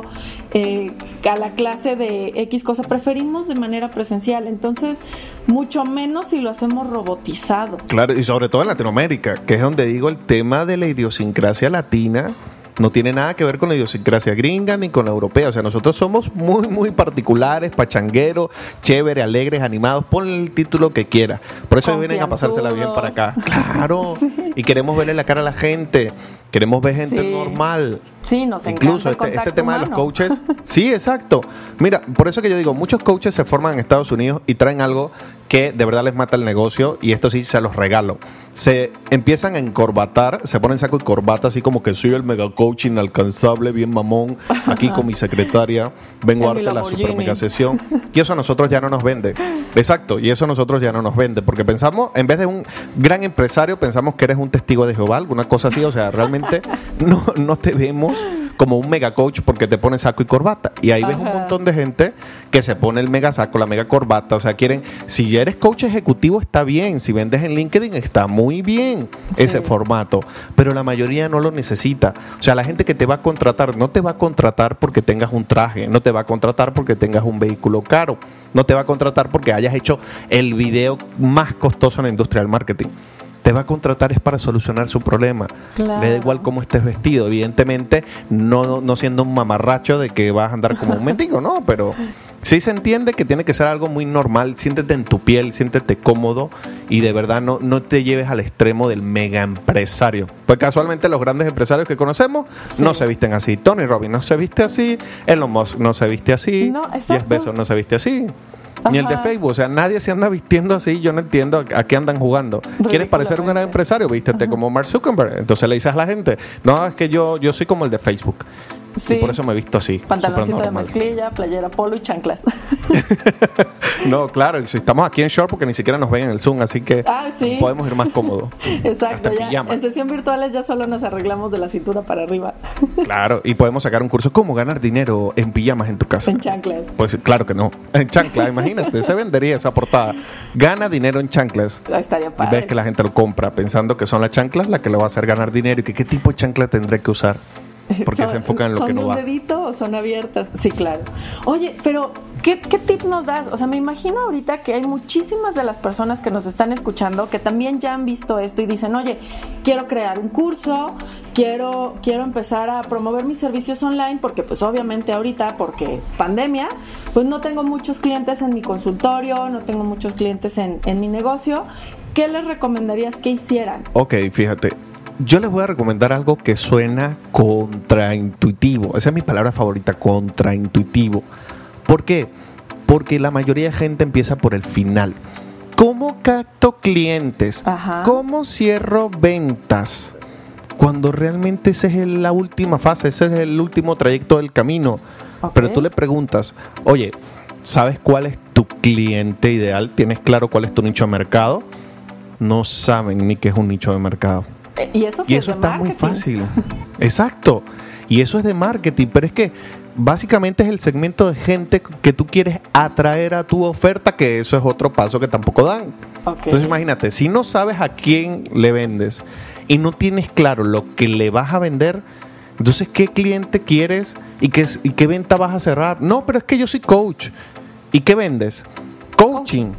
a la clase de X cosa, preferimos de manera presencial. Entonces, mucho menos si lo hacemos robotizado. Claro, y sobre todo en Latinoamérica, que es donde digo el tema de la idiosincrasia latina. No tiene nada que ver con la idiosincrasia gringa ni con la europea. O sea, nosotros somos muy, muy particulares, pachangueros, chéveres, alegres, animados. Ponle el título que quiera. Por eso vienen a pasársela bien para acá. Claro. Y queremos verle la cara a la gente. Queremos ver gente normal. Sí, nos encanta. Incluso este tema humano de los coaches. Sí, exacto. Mira, por eso que yo digo, muchos coaches se forman en Estados Unidos y traen algo que de verdad les mata el negocio, y esto sí se los regalo. Se empiezan a encorbatar, se ponen saco y corbata, así como que soy el mega coach inalcanzable, bien mamón, aquí con mi secretaria, vengo a darte la super mega sesión. Y eso a nosotros ya no nos vende. Exacto, y eso a nosotros ya no nos vende, porque pensamos, en vez de un gran empresario, pensamos que eres un testigo de Jehová, alguna cosa así. O sea, realmente no te vemos como un mega coach porque te pones saco y corbata. Y ahí ves un montón de gente que se pone el mega saco, la mega corbata. O sea, quieren, si ya eres coach ejecutivo está bien, si vendes en LinkedIn está muy bien ese formato, pero la mayoría no lo necesita. O sea, la gente que te va a contratar no te va a contratar porque tengas un traje, no te va a contratar porque tengas un vehículo caro, no te va a contratar porque hayas hecho el video más costoso en la industria del marketing. Te va a contratar es para solucionar su problema. Claro. Le da igual cómo estés vestido. Evidentemente, no siendo un mamarracho de que vas a andar como un mendigo, ¿no? Pero sí se entiende que tiene que ser algo muy normal. Siéntete en tu piel, siéntete cómodo y de verdad no te lleves al extremo del mega empresario. Pues casualmente los grandes empresarios que conocemos no se visten así. Tony Robbins no se viste así, Elon Musk no se viste así, Jeff Bezos no se viste así. ni el de Facebook. O sea, nadie se anda vistiendo así. Yo no entiendo a qué andan jugando. ¿Quieres parecer un gran empresario? Vístete como Mark Zuckerberg. Entonces le dices a la gente, no, es que yo soy como el de Facebook. Sí. Y por eso me he visto así. Pantaloncito de mezclilla, playera polo y chanclas. No, claro, si estamos aquí en short porque ni siquiera nos ven en el Zoom, así que podemos ir más cómodos. Exacto, ya en sesión virtuales ya solo nos arreglamos de la cintura para arriba. Claro, y podemos sacar un curso ¿Cómo ganar dinero en pijamas en tu casa? En chanclas. Pues claro que no, en chanclas, imagínate, se vendería esa portada. Gana dinero en chanclas. Estaría padre. Y ves que la gente lo compra pensando que son las chanclas las que le va a hacer ganar dinero y que qué tipo de chancla tendré que usar. Porque se enfocan en lo que no va. ¿Son de un dedito o son abiertas? Sí, claro. Oye, pero ¿qué tips nos das? O sea, me imagino ahorita que hay muchísimas de las personas que nos están escuchando que también ya han visto esto y dicen, oye, quiero crear un curso, quiero empezar a promover mis servicios online porque pues obviamente ahorita, porque pandemia, pues no tengo muchos clientes en mi consultorio, no tengo muchos clientes en mi negocio. ¿Qué les recomendarías que hicieran? Ok, fíjate. Yo les voy a recomendar algo que suena contraintuitivo. Esa es mi palabra favorita, contraintuitivo. ¿Por qué? Porque la mayoría de gente empieza por el final. ¿Cómo capto clientes? Ajá. ¿Cómo cierro ventas? Cuando realmente esa es la última fase, ese es el último trayecto del camino. Okay. Pero tú le preguntas, oye, ¿sabes cuál es tu cliente ideal? ¿Tienes claro cuál es tu nicho de mercado? No saben ni qué es un nicho de mercado. Y eso sí es de está marketing. Muy fácil. Exacto. Y eso es de marketing. Pero es que básicamente es el segmento de gente que tú quieres atraer a tu oferta, que eso es otro paso que tampoco dan. Okay. Entonces imagínate, si no sabes a quién le vendes y no tienes claro lo que le vas a vender, entonces ¿qué cliente quieres y qué venta vas a cerrar? No, pero es que yo soy coach. ¿Y qué vendes? Coaching.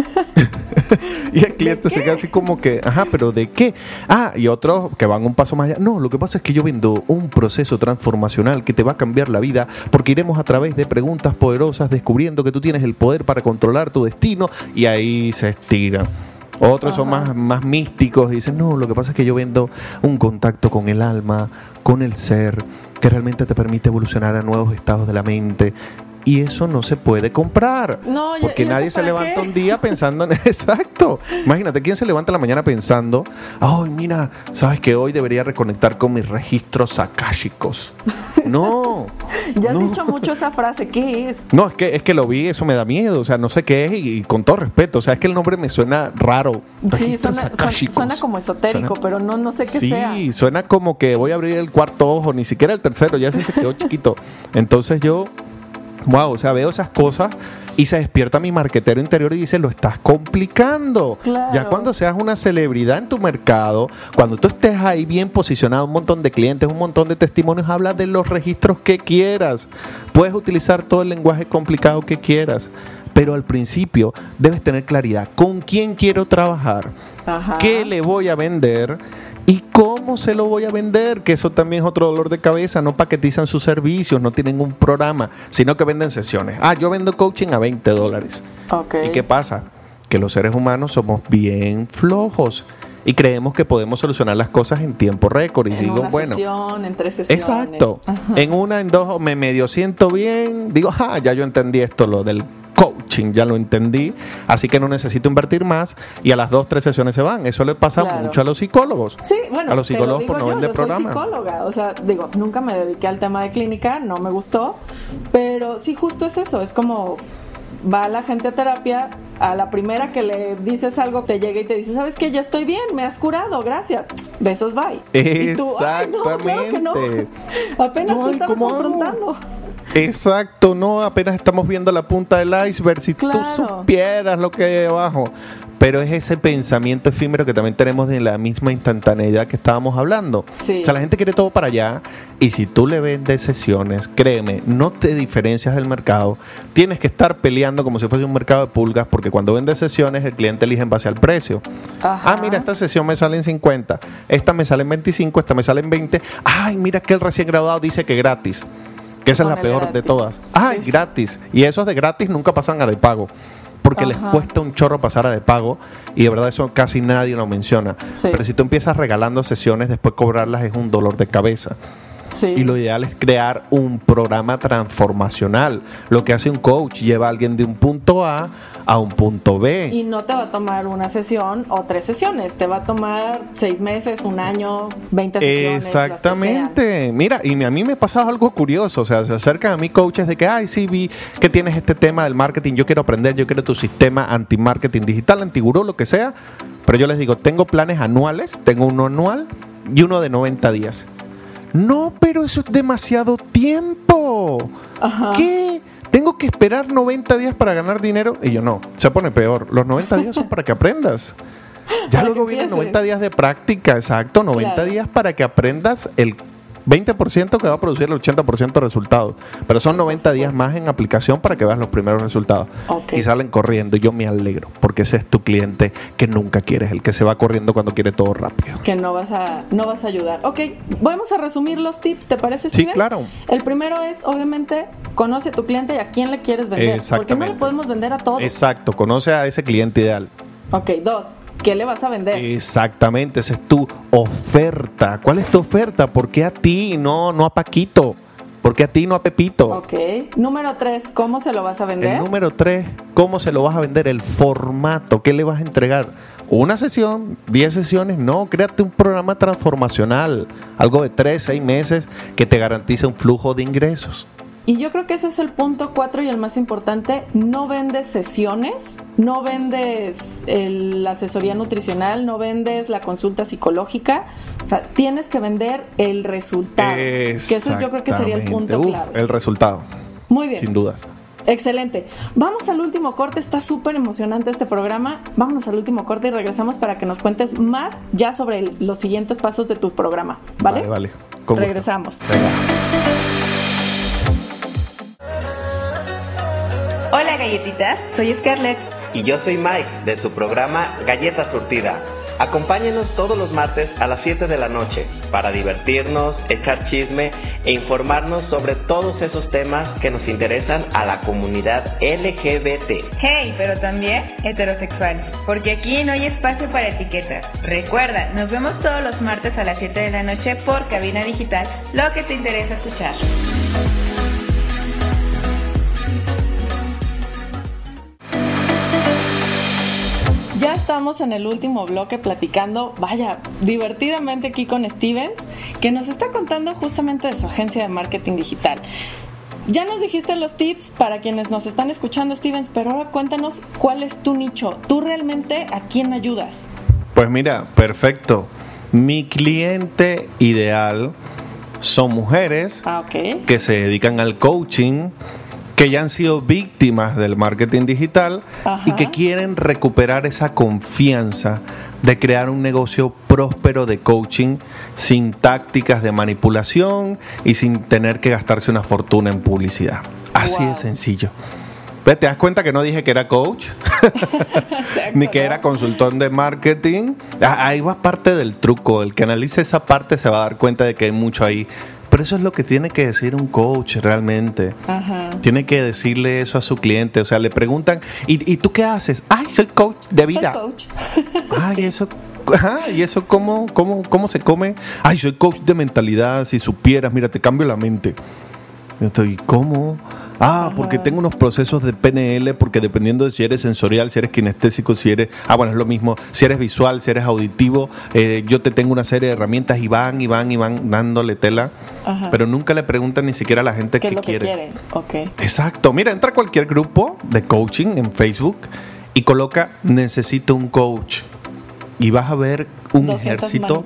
Y el cliente se queda así como que, ajá, pero ¿de qué? Y otros que van un paso más allá. No, lo que pasa es que yo vendo un proceso transformacional que te va a cambiar la vida porque iremos a través de preguntas poderosas descubriendo que tú tienes el poder para controlar tu destino, y ahí se estira. Otros son más místicos y dicen, no, lo que pasa es que yo vendo un contacto con el alma, con el ser, que realmente te permite evolucionar a nuevos estados de la mente. Y eso no se puede comprar. No, porque nadie se levanta un día pensando en... Exacto. Imagínate, ¿quién se levanta en la mañana pensando, ay, mira, sabes que hoy debería reconectar con mis registros akáshicos? No. Ya has dicho mucho esa frase. ¿Qué es? No, es que lo vi, eso me da miedo. O sea, no sé qué es y con todo respeto. O sea, es que el nombre me suena raro. Sí, suena como esotérico, pero no sé qué sea. Sí, suena como que voy a abrir el cuarto ojo, ni siquiera el tercero, ya se quedó chiquito. Entonces yo... Wow, o sea, veo esas cosas y se despierta mi marquetero interior y dice, lo estás complicando. Claro. Ya cuando seas una celebridad en tu mercado, cuando tú estés ahí bien posicionado, un montón de clientes, un montón de testimonios, habla de los registros que quieras. Puedes utilizar todo el lenguaje complicado que quieras, pero al principio debes tener claridad con quién quiero trabajar, qué le voy a vender y cómo se lo voy a vender, que eso también es otro dolor de cabeza. No paquetizan sus servicios, no tienen un programa, sino que venden sesiones. Yo vendo coaching a $20. Okay. ¿Y qué pasa? Que los seres humanos somos bien flojos y creemos que podemos solucionar las cosas en tiempo récord. Y digo, bueno, sesión, en 3 sesiones. Exacto. En una, en dos, me medio siento bien. Digo, ya yo entendí esto, lo del coaching, ya lo entendí, así que no necesito invertir más, y a las 2-3 sesiones se van. Eso le pasa mucho a los psicólogos. Sí, bueno, a los psicólogos por no vender programa. Soy psicóloga, o sea, nunca me dediqué al tema de clínica, no me gustó, pero sí, justo es eso, es como va la gente a terapia, a la primera que le dices algo te llega y te dice, ¿sabes qué? Ya estoy bien, me has curado, gracias, besos, bye. Exactamente. Y tú, no, claro que no. Apenas te estaba confrontando. Exacto, no, apenas estamos viendo la punta del iceberg. Si tú supieras lo que hay abajo. Pero es ese pensamiento efímero que también tenemos de la misma instantaneidad que estábamos hablando. Sí. O sea, la gente quiere todo para allá, y si tú le vendes sesiones, créeme, no te diferencias del mercado. Tienes que estar peleando como si fuese un mercado de pulgas, porque cuando vendes sesiones el cliente elige en base al precio. Mira, esta sesión me sale en 50, esta me sale en 25, esta me sale en 20. Mira que el recién graduado dice que gratis, que esa es la peor de todas. Gratis. Y esos de gratis nunca pasan a de pago, porque les cuesta un chorro pasar a de pago, y de verdad eso casi nadie lo menciona. Pero si tú empiezas regalando sesiones, después cobrarlas es un dolor de cabeza. Sí. Y lo ideal es crear un programa transformacional. Lo que hace un coach, lleva a alguien de un punto A un punto B. Y no te va a tomar una sesión o 3 sesiones, te va a tomar 6 meses, 1 año, 20 sesiones. Exactamente. Mira, y a mí me pasa algo curioso, o sea, se acercan a mí coaches de que, ay, sí, vi que tienes este tema del marketing, yo quiero aprender, yo quiero tu sistema anti-marketing digital, anti-gurú, lo que sea, pero yo les digo, tengo planes anuales, tengo uno anual y uno de 90 días. No, pero eso es demasiado tiempo. Ajá. ¿Qué? ¿Tengo que esperar 90 días para ganar dinero? Y yo no, se pone peor. Los 90 días son para que aprendas. Ya luego vienen 90 días de práctica, exacto, 90 días para que aprendas el 20% que va a producir el 80% de resultados. Pero son 90 días más en aplicación para que veas los primeros resultados. Okay. Y salen corriendo. Y yo me alegro, porque ese es tu cliente que nunca quieres, el que se va corriendo cuando quiere todo rápido. Que no vas a ayudar. Ok, vamos a resumir los tips, ¿te parece, Steven? Sí, claro. El primero es, obviamente, conoce a tu cliente y a quién le quieres vender. Porque no le podemos vender a todos. Exacto, conoce a ese cliente ideal. Ok, 2, ¿qué le vas a vender? Exactamente, esa es tu oferta. ¿Cuál es tu oferta? ¿Por qué a ti y no a Paquito? ¿Por qué a ti y no a Pepito? Ok. Número 3, ¿cómo se lo vas a vender? El número 3, ¿cómo se lo vas a vender? El formato, ¿qué le vas a entregar? ¿Una sesión? ¿10 sesiones? No, créate un programa transformacional, algo de 3, 6 meses que te garantice un flujo de ingresos. Y yo creo que ese es el punto 4 y el más importante. No vendes sesiones, no vendes la asesoría nutricional, no vendes la consulta psicológica. O sea, tienes que vender el resultado. Que eso yo creo que sería el punto clave. El resultado. Muy bien. Sin dudas. Excelente. Vamos al último corte. Está súper emocionante este programa. Vámonos al último corte y regresamos para que nos cuentes más ya sobre los siguientes pasos de tu programa. ¿Vale? Vale. Regresamos. Venga. Hola galletitas, soy Scarlett. Y yo soy Mike, de su programa Galleta Surtida. Acompáñenos todos los martes a las 7 de la noche para divertirnos, echar chisme e informarnos sobre todos esos temas que nos interesan a la comunidad LGBT. Hey, pero también heterosexual, porque aquí no hay espacio para etiquetas. Recuerda, nos vemos todos los martes a las 7 de la noche por Cabina Digital, lo que te interesa escuchar. Ya estamos en el último bloque platicando, vaya, divertidamente aquí con Stevens, que nos está contando justamente de su agencia de marketing digital. Ya nos dijiste los tips para quienes nos están escuchando, Stevens, pero ahora cuéntanos cuál es tu nicho. ¿Tú realmente a quién ayudas? Pues mira, perfecto. Mi cliente ideal son mujeres que se dedican al coaching, que ya han sido víctimas del marketing digital. Ajá. Y que quieren recuperar esa confianza de crear un negocio próspero de coaching sin tácticas de manipulación y sin tener que gastarse una fortuna en publicidad. Así de sencillo. ¿Te das cuenta que no dije que era coach? Exacto, ni que era consultor de marketing. Ahí va parte del truco. El que analice esa parte se va a dar cuenta de que hay mucho ahí. Pero eso es lo que tiene que decir un coach realmente. Ajá. Tiene que decirle eso a su cliente. O sea, le preguntan, ¿y tú qué haces? Ay, soy coach de vida. Soy coach. Ay, sí. Eso... Ajá, ¿y eso cómo se come? Ay, soy coach de mentalidad. Si supieras, mira, te cambio la mente. ¿Y cómo? Ajá. Porque tengo unos procesos de PNL, porque dependiendo de si eres sensorial, si eres kinestésico, si eres... bueno, es lo mismo. Si eres visual, si eres auditivo, yo te tengo una serie de herramientas y van dándole tela. Ajá. Pero nunca le preguntan ni siquiera a la gente qué quiere. Quiere. Okay. Exacto. Mira, entra a cualquier grupo de coaching en Facebook y coloca necesito un coach. Y vas a ver un ejército...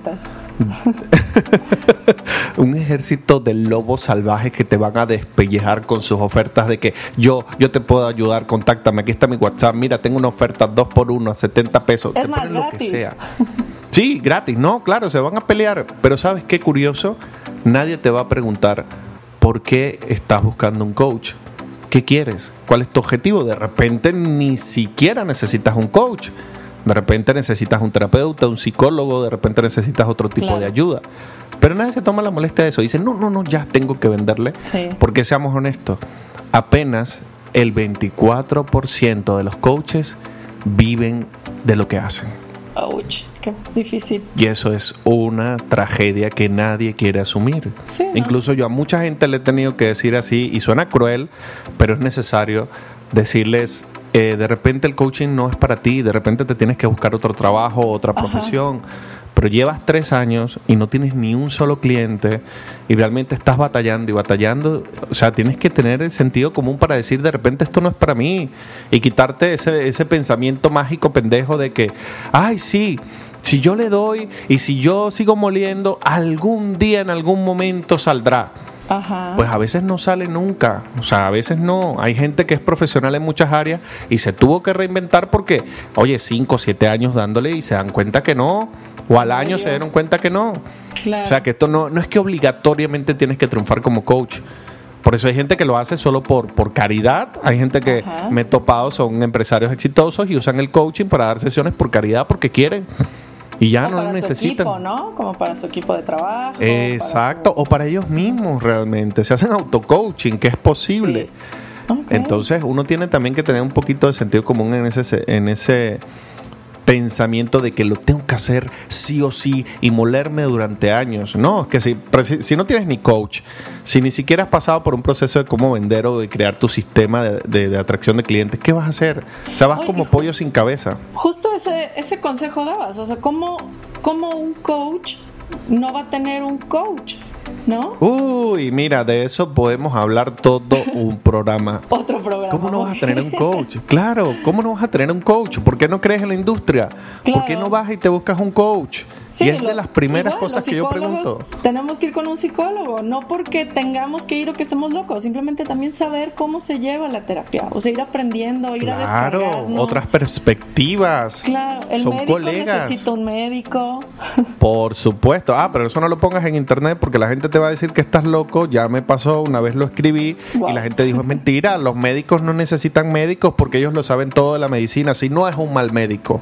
un ejército de lobos salvajes que te van a despellejar con sus ofertas de que yo te puedo ayudar, contáctame, aquí está mi WhatsApp, mira, tengo una oferta 2x1 a 70 pesos. Es te más, ponen gratis. Lo que sea. Sí, gratis, no, claro, se van a pelear, pero ¿sabes qué curioso? Nadie te va a preguntar por qué estás buscando un coach. ¿Qué quieres? ¿Cuál es tu objetivo? De repente ni siquiera necesitas un coach. De repente necesitas un terapeuta, un psicólogo, de repente necesitas otro tipo de ayuda. Pero nadie se toma la molestia de eso. Dice, no, ya tengo que venderle. Sí. Porque seamos honestos, apenas el 24% de los coaches viven de lo que hacen. Ouch, qué difícil. Y eso es una tragedia que nadie quiere asumir. Sí, ¿no? Incluso yo a mucha gente le he tenido que decir así, y suena cruel, pero es necesario decirles, de repente el coaching no es para ti, de repente te tienes que buscar otro trabajo, otra profesión. Pero llevas 3 años y no tienes ni un solo cliente y realmente estás batallando y batallando. O sea, tienes que tener el sentido común para decir, de repente esto no es para mí, y quitarte ese pensamiento mágico pendejo de que, ay, sí, si yo le doy y si yo sigo moliendo, algún día, en algún momento saldrá. Ajá. Pues a veces no sale nunca, o sea, a veces no. Hay gente que es profesional en muchas áreas y se tuvo que reinventar porque, oye, 5 o 7 años dándole y se dan cuenta que no, o al año se dieron cuenta que no. Claro. O sea, que esto no es que obligatoriamente tienes que triunfar como coach. Por eso hay gente que lo hace solo por caridad. Hay gente que me he topado, son empresarios exitosos y usan el coaching para dar sesiones por caridad porque quieren. Y ya no lo necesitan. Equipo, ¿no? Como para su equipo de trabajo. Exacto, o para ellos mismos realmente. Se hacen auto-coaching, que es posible. Sí. Okay. Entonces uno tiene también que tener un poquito de sentido común en ese pensamiento de que lo tengo que hacer sí o sí y molerme durante años. No, es que si no tienes ni coach, si ni siquiera has pasado por un proceso de cómo vender o de crear tu sistema de atracción de clientes, ¿qué vas a hacer? O sea, vas como pollo sin cabeza. Justo ese consejo dabas, o sea, ¿cómo un coach no va a tener un coach? ¿No? Uy, mira, de eso podemos hablar todo un programa. Otro programa. ¿Cómo no vas a tener un coach? Claro, ¿cómo no vas a tener un coach? ¿Por qué no crees en la industria? Claro. ¿Por qué no vas y te buscas un coach? Sí, y es de las primeras cosas que yo pregunto. Tenemos que ir con un psicólogo, no porque tengamos que ir o que estemos locos, simplemente también saber cómo se lleva la terapia, o sea, ir aprendiendo, ir a descargarnos. Otras perspectivas. Claro, el son médico colegas. necesita un médico. Por supuesto. Pero eso no lo pongas en internet porque la gente te va a decir que estás loco. Ya me pasó, una vez lo escribí y la gente dijo, es mentira, los médicos no necesitan médicos porque ellos lo saben todo de la medicina, si no es un mal médico.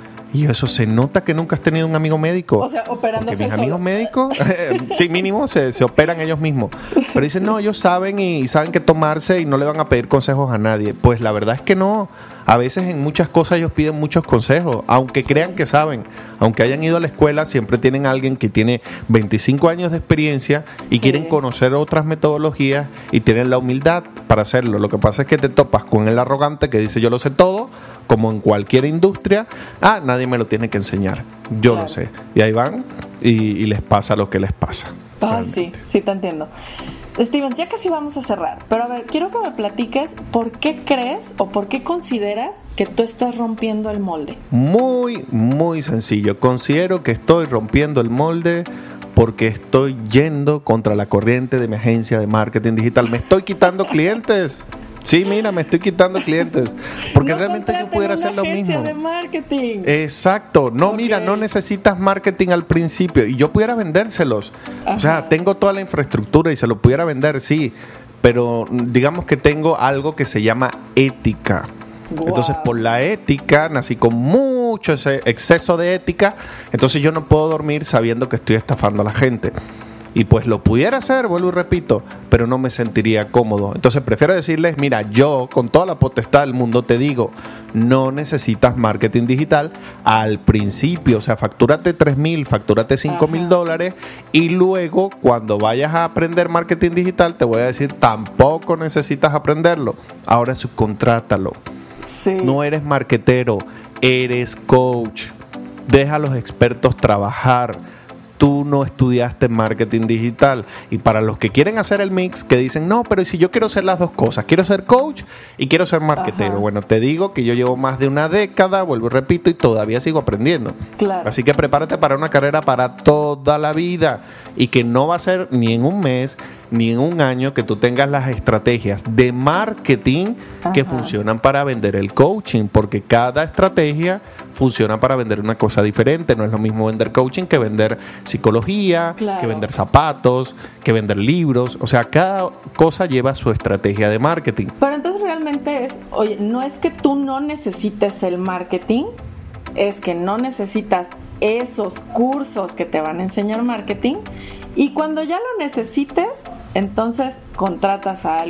Y eso se nota que nunca has tenido un amigo médico. O sea, operándose. Porque mis amigos médicos, sí, mínimo, se operan ellos mismos. Pero dicen, no, ellos saben y saben qué tomarse y no le van a pedir consejos a nadie. Pues la verdad es que no. A veces en muchas cosas ellos piden muchos consejos, aunque crean que saben. Aunque hayan ido a la escuela, siempre tienen a alguien que tiene 25 años de experiencia y quieren conocer otras metodologías y tienen la humildad para hacerlo. Lo que pasa es que te topas con el arrogante que dice yo lo sé todo, como en cualquier industria. Nadie me lo tiene que enseñar, yo lo sé. Y ahí van y les pasa lo que les pasa. Sí te entiendo. Steven, ya casi vamos a cerrar, pero a ver, quiero que me platiques por qué crees o por qué consideras que tú estás rompiendo el molde. Muy, muy sencillo. Considero que estoy rompiendo el molde porque estoy yendo contra la corriente de mi agencia de marketing digital. Me estoy quitando clientes. Sí, mira, me estoy quitando clientes porque no realmente yo pudiera hacer lo mismo. De marketing. Exacto. No, mira, no necesitas marketing al principio y yo pudiera vendérselos. Ajá. O sea, tengo toda la infraestructura y se lo pudiera vender, sí, pero digamos que tengo algo que se llama ética. Wow. Entonces, por la ética, nací con mucho ese exceso de ética, entonces yo no puedo dormir sabiendo que estoy estafando a la gente. Y pues lo pudiera hacer, vuelvo y repito, pero no me sentiría cómodo. Entonces prefiero decirles, mira, yo con toda la potestad del mundo te digo, no necesitas marketing digital al principio. O sea, factúrate $3,000, factúrate $5,000 y luego cuando vayas a aprender marketing digital te voy a decir, tampoco necesitas aprenderlo. Ahora subcontrátalo. Sí. No eres marketero, eres coach. Deja a los expertos trabajar. Tú no estudiaste marketing digital. Y para los que quieren hacer el mix, que dicen, no, pero si yo quiero hacer las dos cosas, quiero ser coach y quiero ser marketero. Bueno, te digo que yo llevo más de una década, vuelvo y repito, y todavía sigo aprendiendo. Claro. Así que prepárate para una carrera para toda la vida y que no va a ser ni en un mes ni en un año que tú tengas las estrategias de marketing que funcionan para vender el coaching, porque cada estrategia funciona para vender una cosa diferente. No es lo mismo vender coaching que vender psicología, que vender zapatos, que vender libros. O sea, cada cosa lleva su estrategia de marketing. Pero entonces realmente es, oye, no es que tú no necesites el marketing, es que no necesitas esos cursos que te van a enseñar marketing, y cuando ya lo necesites, entonces contratas a alguien.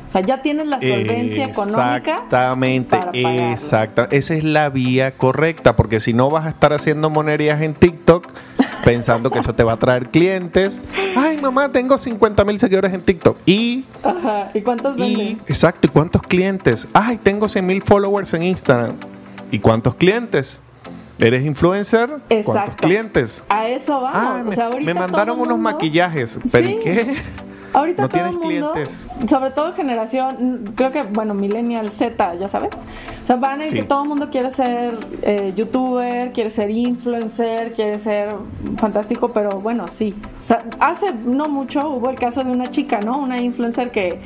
O sea, ya tienes la solvencia económica. Exactamente, exacto. Esa es la vía correcta, porque si no vas a estar haciendo monerías en TikTok pensando que eso te va a traer clientes. Ay, mamá, tengo 50,000 seguidores en TikTok. Ajá, ¿y cuántos venden? Exacto, ¿y cuántos clientes? Ay, tengo 100,000 followers en Instagram. ¿Y cuántos clientes? ¿Eres influencer? Exacto. ¿Cuántos clientes? A eso vamos. O sea, ahorita me mandaron unos maquillajes. ¿Pero y qué? Ahorita no todo tienes el mundo, clientes. sobre todo generación, creo que, millennial Z, ya sabes. O sea, van en que todo el mundo quiere ser youtuber, quiere ser influencer, quiere ser fantástico, pero bueno, sí. O sea, hace no mucho hubo el caso de una chica, ¿no? Una influencer que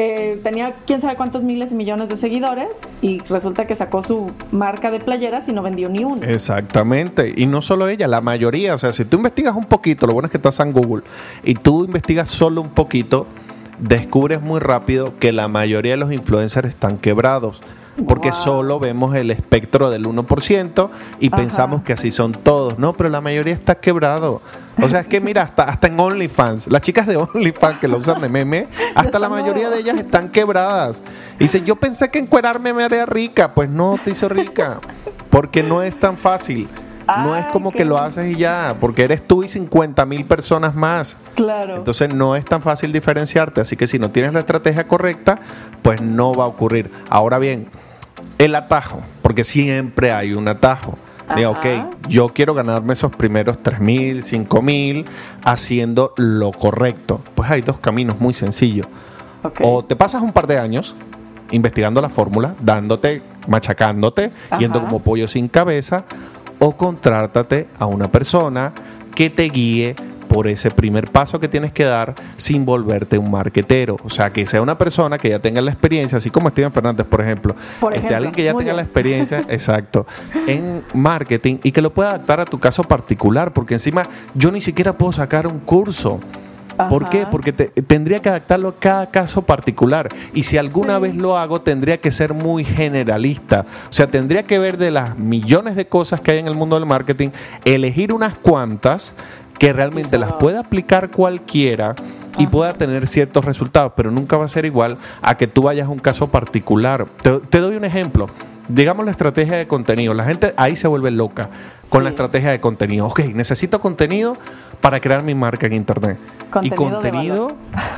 tenía quién sabe cuántos miles y millones de seguidores y resulta que sacó su marca de playeras y no vendió ni una. Exactamente. Y no solo ella, la mayoría. O sea, si tú investigas un poquito, lo bueno es que estás en Google, y tú investigas solo un poquito, descubres muy rápido que la mayoría de los influencers están quebrados. Porque solo vemos el espectro del 1% y pensamos que así son todos, ¿no? Pero la mayoría está quebrado. O sea, es que mira, hasta en OnlyFans, las chicas de OnlyFans que lo usan de meme, hasta la mayoría de ellas están quebradas. Y dice, yo pensé que encuerarme me haría rica. Pues no te hizo rica, porque no es tan fácil. No es como que lo haces y ya, porque eres tú y 50,000 personas más. Claro. Entonces no es tan fácil diferenciarte. Así que si no tienes la estrategia correcta, pues no va a ocurrir. Ahora bien, el atajo, porque siempre hay un atajo. Diga, ok, yo quiero ganarme esos primeros 3,000, 5,000 haciendo lo correcto. Pues hay dos caminos muy sencillos. O te pasas un par de años investigando la fórmula, dándote, machacándote, yendo como pollo sin cabeza, o contrátate a una persona que te guíe por ese primer paso que tienes que dar sin volverte un marketero. O sea, que sea una persona que ya tenga la experiencia, así como Steven Fernández, por ejemplo. Alguien que ya tenga la experiencia, exacto, en marketing y que lo pueda adaptar a tu caso particular, porque encima yo ni siquiera puedo sacar un curso. ¿Por qué? Porque tendría que adaptarlo a cada caso particular. Y si alguna vez lo hago, tendría que ser muy generalista. O sea, tendría que ver de las millones de cosas que hay en el mundo del marketing, elegir unas cuantas que realmente las pueda aplicar cualquiera y pueda tener ciertos resultados, pero nunca va a ser igual a que tú vayas a un caso particular. Te doy un ejemplo. Digamos la estrategia de contenido. La gente ahí se vuelve loca con la estrategia de contenido. Ok, necesito contenido para crear mi marca en internet. Contenido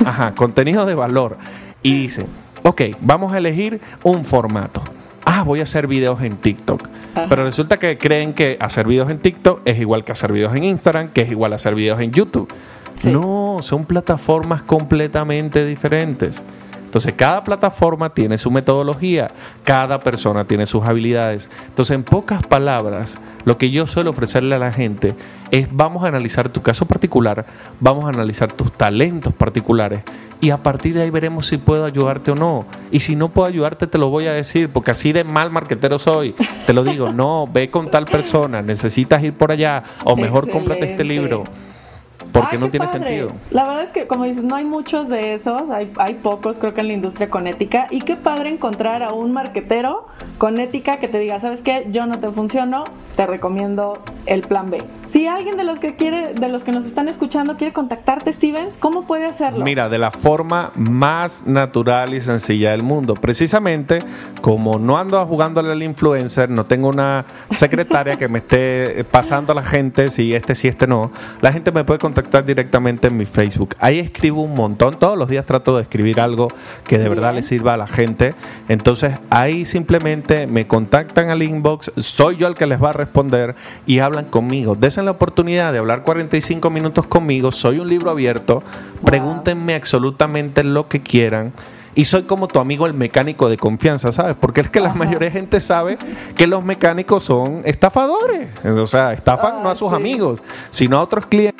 de valor. Y dicen, ok, vamos a elegir un formato. Voy a hacer videos en TikTok. Pero resulta que creen que hacer videos en TikTok es igual que hacer videos en Instagram, que es igual a hacer videos en YouTube. No, son plataformas completamente diferentes. Entonces, cada plataforma tiene su metodología, cada persona tiene sus habilidades. Entonces, en pocas palabras, lo que yo suelo ofrecerle a la gente es: vamos a analizar tu caso particular, vamos a analizar tus talentos particulares y a partir de ahí veremos si puedo ayudarte o no. Y si no puedo ayudarte, te lo voy a decir, porque así de mal marketero soy. Te lo digo, no, ve con tal persona, necesitas ir por allá, o mejor cómprate este libro. Porque no tiene sentido. La verdad es que, como dices, no hay muchos de esos, hay pocos, creo que en la industria con ética. Y qué padre encontrar a un marketero con ética que te diga, ¿sabes qué? Yo no te funciono, te recomiendo el plan B. Si alguien de los que nos están escuchando quiere contactarte, Stevens, ¿cómo puede hacerlo? Mira, de la forma más natural y sencilla del mundo. Precisamente, como no ando jugándole al influencer, no tengo una secretaria que me esté pasando a la gente si este no, la gente me puede contactar directamente en mi Facebook. Ahí escribo un montón, todos los días trato de escribir algo que de verdad le sirva a la gente. Entonces ahí simplemente me contactan al inbox, soy yo el que les va a responder y hablan conmigo. Desen la oportunidad de hablar 45 minutos conmigo, soy un libro abierto, pregúntenme absolutamente lo que quieran. Y soy como tu amigo el mecánico de confianza, ¿sabes? Porque es que la mayoría de gente sabe que los mecánicos son estafadores. O sea, estafan no a sus amigos, sino a otros clientes.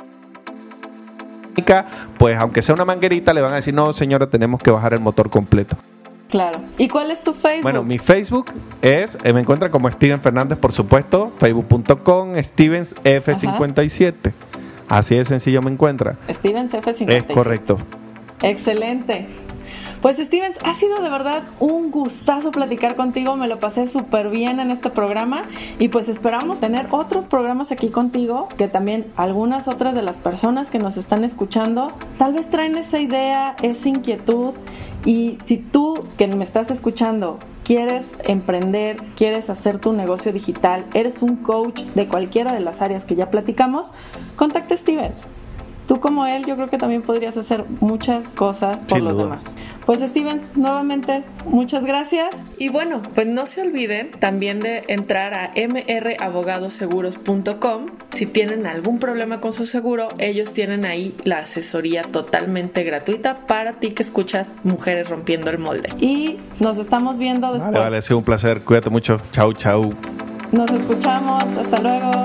Pues aunque sea una manguerita, le van a decir: no, señora, tenemos que bajar el motor completo. Claro. ¿Y cuál es tu Facebook? Bueno, mi Facebook es, me encuentran como Steven Fernández, por supuesto, facebook.com, Stevens F57. Así de sencillo me encuentra. Stevens F57. Es correcto. Excelente. Pues Stevens, ha sido de verdad un gustazo platicar contigo, me lo pasé súper bien en este programa y pues esperamos tener otros programas aquí contigo, que también algunas otras de las personas que nos están escuchando tal vez traen esa idea, esa inquietud, y si tú que me estás escuchando quieres emprender, quieres hacer tu negocio digital, eres un coach de cualquiera de las áreas que ya platicamos, contacta a Stevens. Tú como él, yo creo que también podrías hacer muchas cosas por los demás. Pues Stevens, nuevamente, muchas gracias. Y bueno, pues no se olviden también de entrar a mrabogadoseguros.com. Si tienen algún problema con su seguro, ellos tienen ahí la asesoría totalmente gratuita para ti que escuchas Mujeres Rompiendo el Molde. Y nos estamos viendo después. Vale, ha sido un placer. Cuídate mucho. Chau, chau. Nos escuchamos. Hasta luego.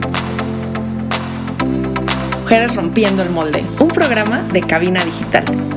Mujeres Rompiendo el Molde, un programa de Cabina Digital.